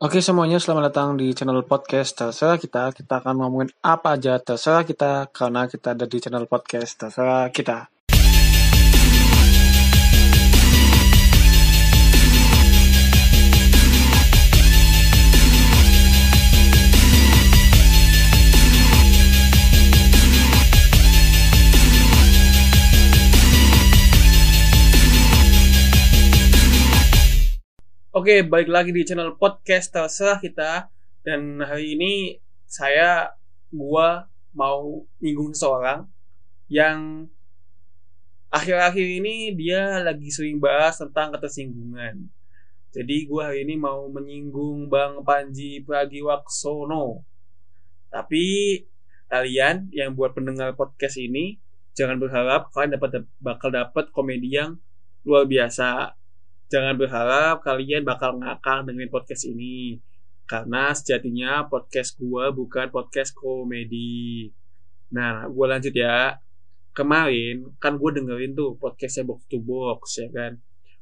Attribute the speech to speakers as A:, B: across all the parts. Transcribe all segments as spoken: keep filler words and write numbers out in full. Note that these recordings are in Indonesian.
A: Oke semuanya, selamat datang di channel podcast terserah kita. Kita akan ngomongin apa aja terserah kita, karena kita ada di channel podcast terserah kita. Oke, balik lagi di channel podcast terserah kita. Dan hari ini saya, gua mau nyinggung seseorang yang akhir-akhir ini dia lagi sering bahas tentang ketersinggungan. Jadi gua hari ini mau menyinggung Bang Panji Pragiwaksono. Tapi kalian yang buat pendengar podcast ini jangan berharap kalian dapat bakal dapat komedi yang luar biasa. Jangan berharap kalian bakal ngakak dengerin podcast ini, karena sejatinya podcast gue bukan podcast komedi. Nah, gue lanjut ya. Kemarin kan gue dengerin tuh podcastnya Box to Box, ya kan.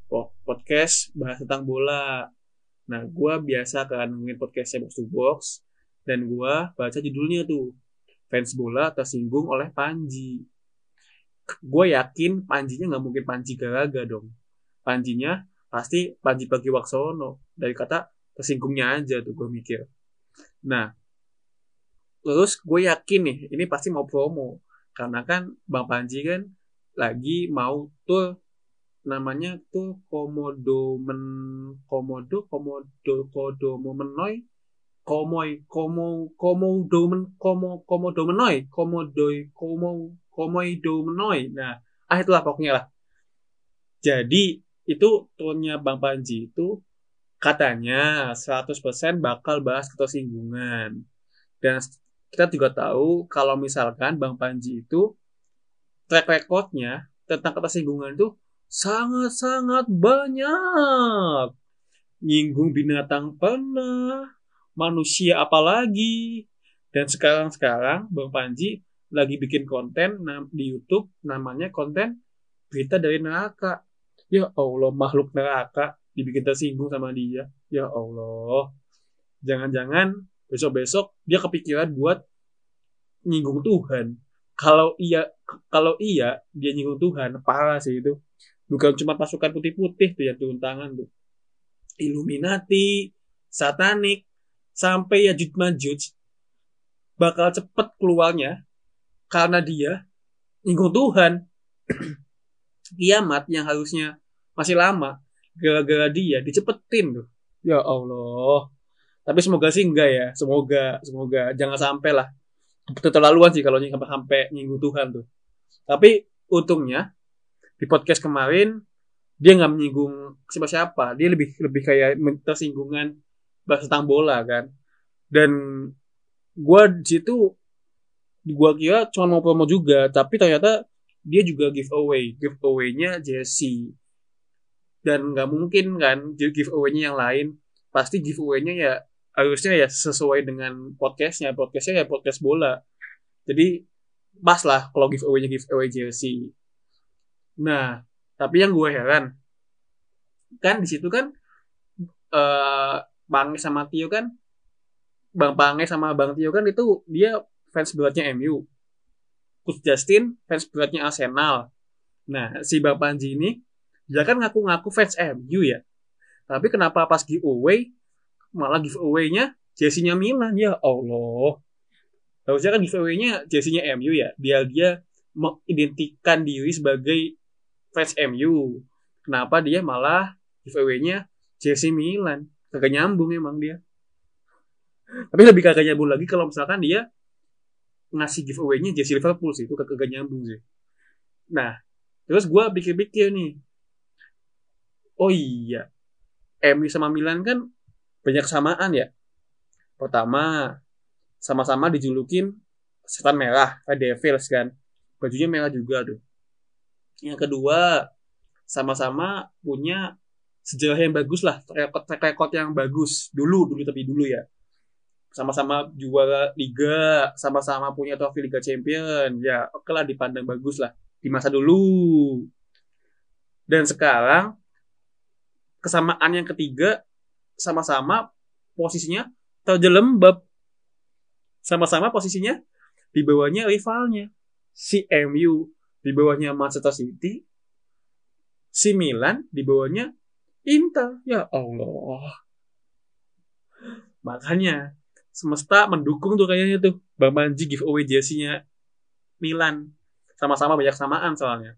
A: Podcast bahas tentang bola. Nah, gue biasa kan dengerin podcastnya Box to Box, dan gue baca judulnya tuh, fans bola tersinggung oleh Panji. Gue yakin Panjinya gak mungkin Panji Garaga dong. Panjinya pasti Panji Pragiwaksono, dari kata tersinggungnya aja tuh gue mikir. Nah, terus gue yakin nih ini pasti mau promo, karena kan Bang Panji kan lagi mau tuh namanya tuh komodo men komodo komodo kodomo menoi komoy komo komodo men komo komodo menoi komodoi komo komoido menoi. Nah, ah itulah pokoknya lah. Jadi itu tonnya Bang Panji itu katanya seratus persen bakal bahas ketersinggungan. Dan kita juga tahu kalau misalkan Bang Panji itu track recordnya tentang ketersinggungan itu sangat-sangat banyak. Nyinggung binatang pernah, manusia apalagi. Dan sekarang-sekarang Bang Panji lagi bikin konten di YouTube namanya konten berita dari neraka. Ya Allah, makhluk neraka dibikin tersinggung sama dia. Ya Allah. Jangan-jangan besok-besok dia kepikiran buat nyinggung Tuhan. Kalau iya kalau iya dia nyinggung Tuhan, parah sih itu. Bukan cuma pasukan putih-putih tuh yang turun tangan tuh. Illuminati, satanik, sampai Yajuj Majuj bakal cepet keluarnya karena dia nyinggung Tuhan. Kiamat yang harusnya masih lama, gara-gara dia dicepetin tuh. Ya Allah. Tapi semoga sih enggak ya. Semoga, semoga jangan sampai lah. Keterlaluan sih kalau sampai nyinggung Tuhan tuh. Tapi untungnya di podcast kemarin dia nggak menyinggung siapa-siapa. Dia lebih lebih kayak tersinggungan bahas tentang bola kan. Dan gue di situ gue kira cuma mau promo juga, tapi ternyata dia juga giveaway. Giveaway-nya jersey. Dan nggak mungkin kan giveaway-nya yang lain. Pasti giveaway-nya ya harusnya ya sesuai dengan podcastnya. Podcastnya ya podcast bola. Jadi pas lah kalau giveaway-nya giveaway jersey. Nah, tapi yang gue heran kan di situ kan uh, Pange sama Tio kan, Bang Pange sama Bang Tio kan itu dia fans beratnya M U. Coach Justin fans beratnya Arsenal. Nah, si Bang Panji ini dia kan ngaku-ngaku fans M U ya. Tapi kenapa pas giveaway malah giveaway-nya jersey-nya Milan? Ya Allah. Harusnya kan giveaway-nya jersey-nya M U ya. Biar dia mengidentikan diri sebagai fans M U. Kenapa dia malah giveaway-nya jersey Milan? Kagak nyambung emang dia. Tapi lebih kagak nyambung lagi kalau misalkan dia ngasih giveaway-nya jersey Liverpool sih. Itu kagak nyambung sih. Nah, terus gue pikir-pikir nih. Oh iya, M U sama Milan kan banyak kesamaan ya. Pertama, sama-sama dijulukin setan merah, Red Devils kan. Bajunya merah juga tuh. Yang kedua, sama-sama punya sejarah yang bagus lah, track record yang bagus. Dulu, dulu tapi dulu ya. Sama-sama juara Liga, sama-sama punya trofi Liga Champion. Ya, oke lah dipandang bagus lah di masa dulu. Dan sekarang kesamaan yang ketiga, sama-sama posisinya terjelembab. Sama-sama posisinya di bawahnya rivalnya. Si M U di bawahnya Manchester City, si Milan di bawahnya Inter. Ya Allah. Makanya semesta mendukung tuh kayaknya tuh Bang Panji giveaway jersey-nya Milan. Sama-sama banyak samaan soalnya.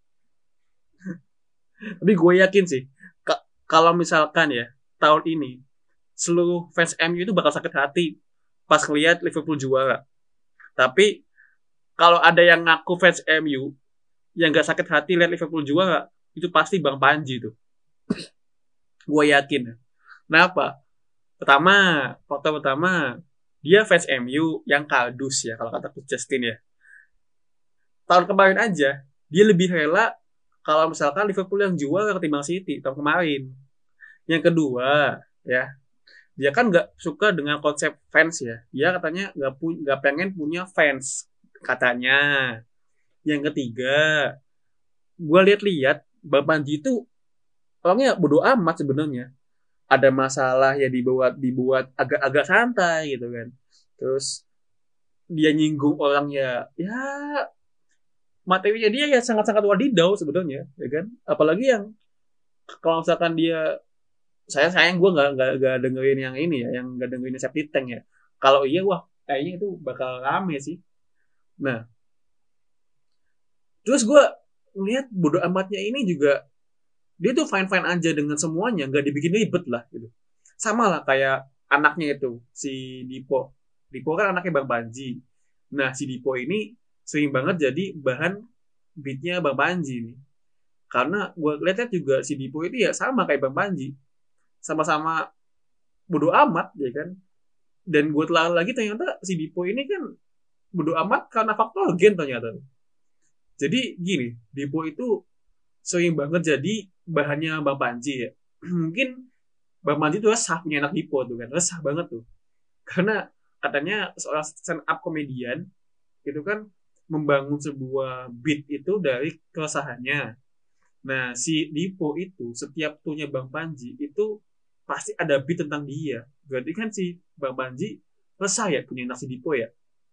A: Tapi gue yakin sih k- kalau misalkan ya tahun ini seluruh fans M U itu bakal sakit hati pas ngeliat Liverpool juara. Tapi kalau ada yang ngaku fans M U yang gak sakit hati lihat Liverpool juara, itu pasti Bang Panji tuh. Gue yakin. Kenapa? Pertama, faktor pertama, dia fans M U yang kardus ya, kalau kata Coach Justin ya. Tahun kemarin aja, dia lebih rela kalau misalkan Liverpool yang juara ketimbang City tahun kemarin. Yang kedua, ya, dia kan nggak suka dengan konsep fans ya. Dia katanya nggak pu- nggak pengen punya fans katanya. Yang ketiga, gue lihat-lihat Bang Panji itu orangnya bodo amat sebenarnya. Ada masalah ya dibuat dibuat agak-agak santai gitu kan. Terus dia nyinggung orang ya, ya materinya dia ya sangat-sangat wadidau sebenarnya, ya kan. Apalagi yang kalau misalkan dia saya sayang gue nggak nggak nggak dengerin yang ini ya, yang nggak dengerin Septic Tank ya. Kalau iya wah kayaknya itu bakal rame sih. Nah, terus gue ngeliat bodo amatnya ini juga dia tuh fine fine aja dengan semuanya, nggak dibikin ribet lah gitu. Sama lah kayak anaknya itu si Dipo. Dipo kan anaknya Bang Panji. Nah si Dipo ini sering banget jadi bahan beatnya Bang Panji nih. Karena gue lihat juga si Dipo itu ya sama kayak Bang Panji. Sama-sama bodo amat ya kan. Dan gue telah lagi ternyata si Dipo ini kan bodo amat karena faktor gen ternyata. Jadi gini, Dipo itu sering banget jadi bahannya Bang Panji ya. Mungkin Bang Panji tuh resah punya anak Dipo tuh kan. Resah banget tuh. Karena katanya seorang stand up komedian itu kan membangun sebuah beat itu dari keresahannya. Nah, si Dipo itu setiap tuhnya Bang Panji itu pasti ada beat tentang dia. Berarti kan si Bang Panji resah ya punya anak si Dipo ya.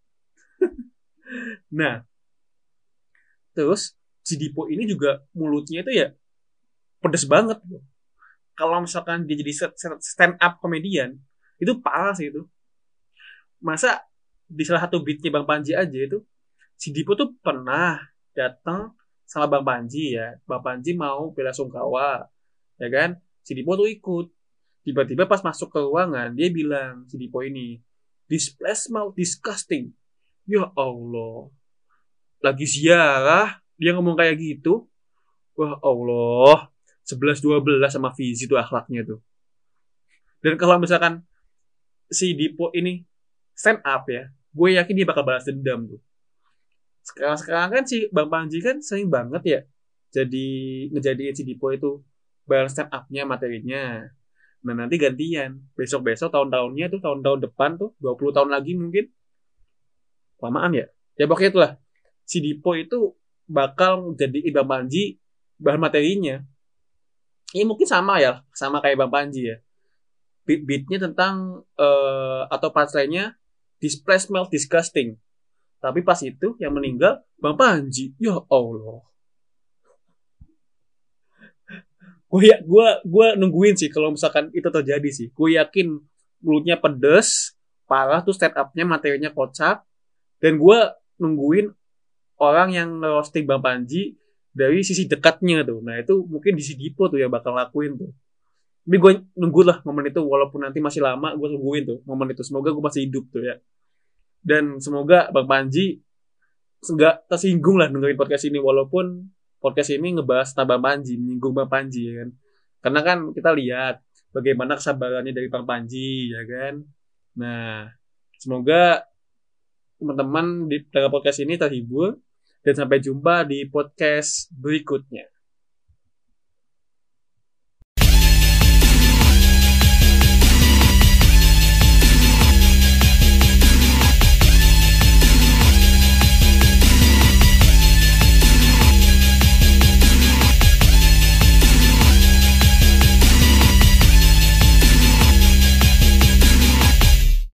A: Nah, terus si Dipo ini juga mulutnya itu ya pedes banget. Kalau misalkan dia jadi stand up komedian, itu parah sih itu. Masa di salah satu beatnya Bang Panji aja itu si Dipo tuh pernah datang sama Bang Panji ya. Bang Panji mau bela sungkawa, ya kan? Si Dipo tuh ikut. Tiba-tiba pas masuk ke ruangan, dia bilang si Dipo ini, "This place smell disgusting." Ya Allah. Lagi ziarah, dia ngomong kayak gitu. Wah Allah. sebelas dua belas sama Fizi tuh akhlaknya tuh. Dan kalau misalkan si Dipo ini stand up ya, gue yakin dia bakal balas dendam tuh. Sekarang-sekarang kan si Bang Panji kan sering banget ya jadi ngejadiin si Dipo itu bahan stand up-nya materinya. Nah nanti gantian, besok-besok tahun-tahunnya tuh tahun-tahun depan tuh dua puluh tahun lagi mungkin. Lamaan ya. Ya pokoknya itulah. Si Dipo itu bakal jadiin Bang Panji bahan materinya. Ini mungkin sama ya, sama kayak Bang Panji ya. Beat-beatnya tentang uh, atau punchline-nya "This place smell disgusting." Tapi pas itu yang meninggal Bang Panji. Ya Allah. Gue ya, gue gue nungguin sih kalau misalkan itu terjadi sih. Gue yakin mulutnya pedes, parah tuh stand up-nya materinya kocak. Dan gue nungguin orang yang roasting Bang Panji dari sisi dekatnya tuh. Nah itu mungkin di si Dipo tuh yang bakal lakuin tuh. Tapi gue nunggu lah momen itu, walaupun nanti masih lama gue nungguin tuh momen itu. Semoga gue masih hidup tuh ya. Dan semoga Bang Panji nggak tersinggung lah dengerin podcast ini, walaupun podcast ini ngebahas tentang Bang Panji, menyinggung Bang Panji ya kan. Karena kan kita lihat bagaimana kesabarannya dari Bang Panji ya kan. Nah, semoga teman-teman di dalam podcast ini terhibur dan sampai jumpa di podcast berikutnya.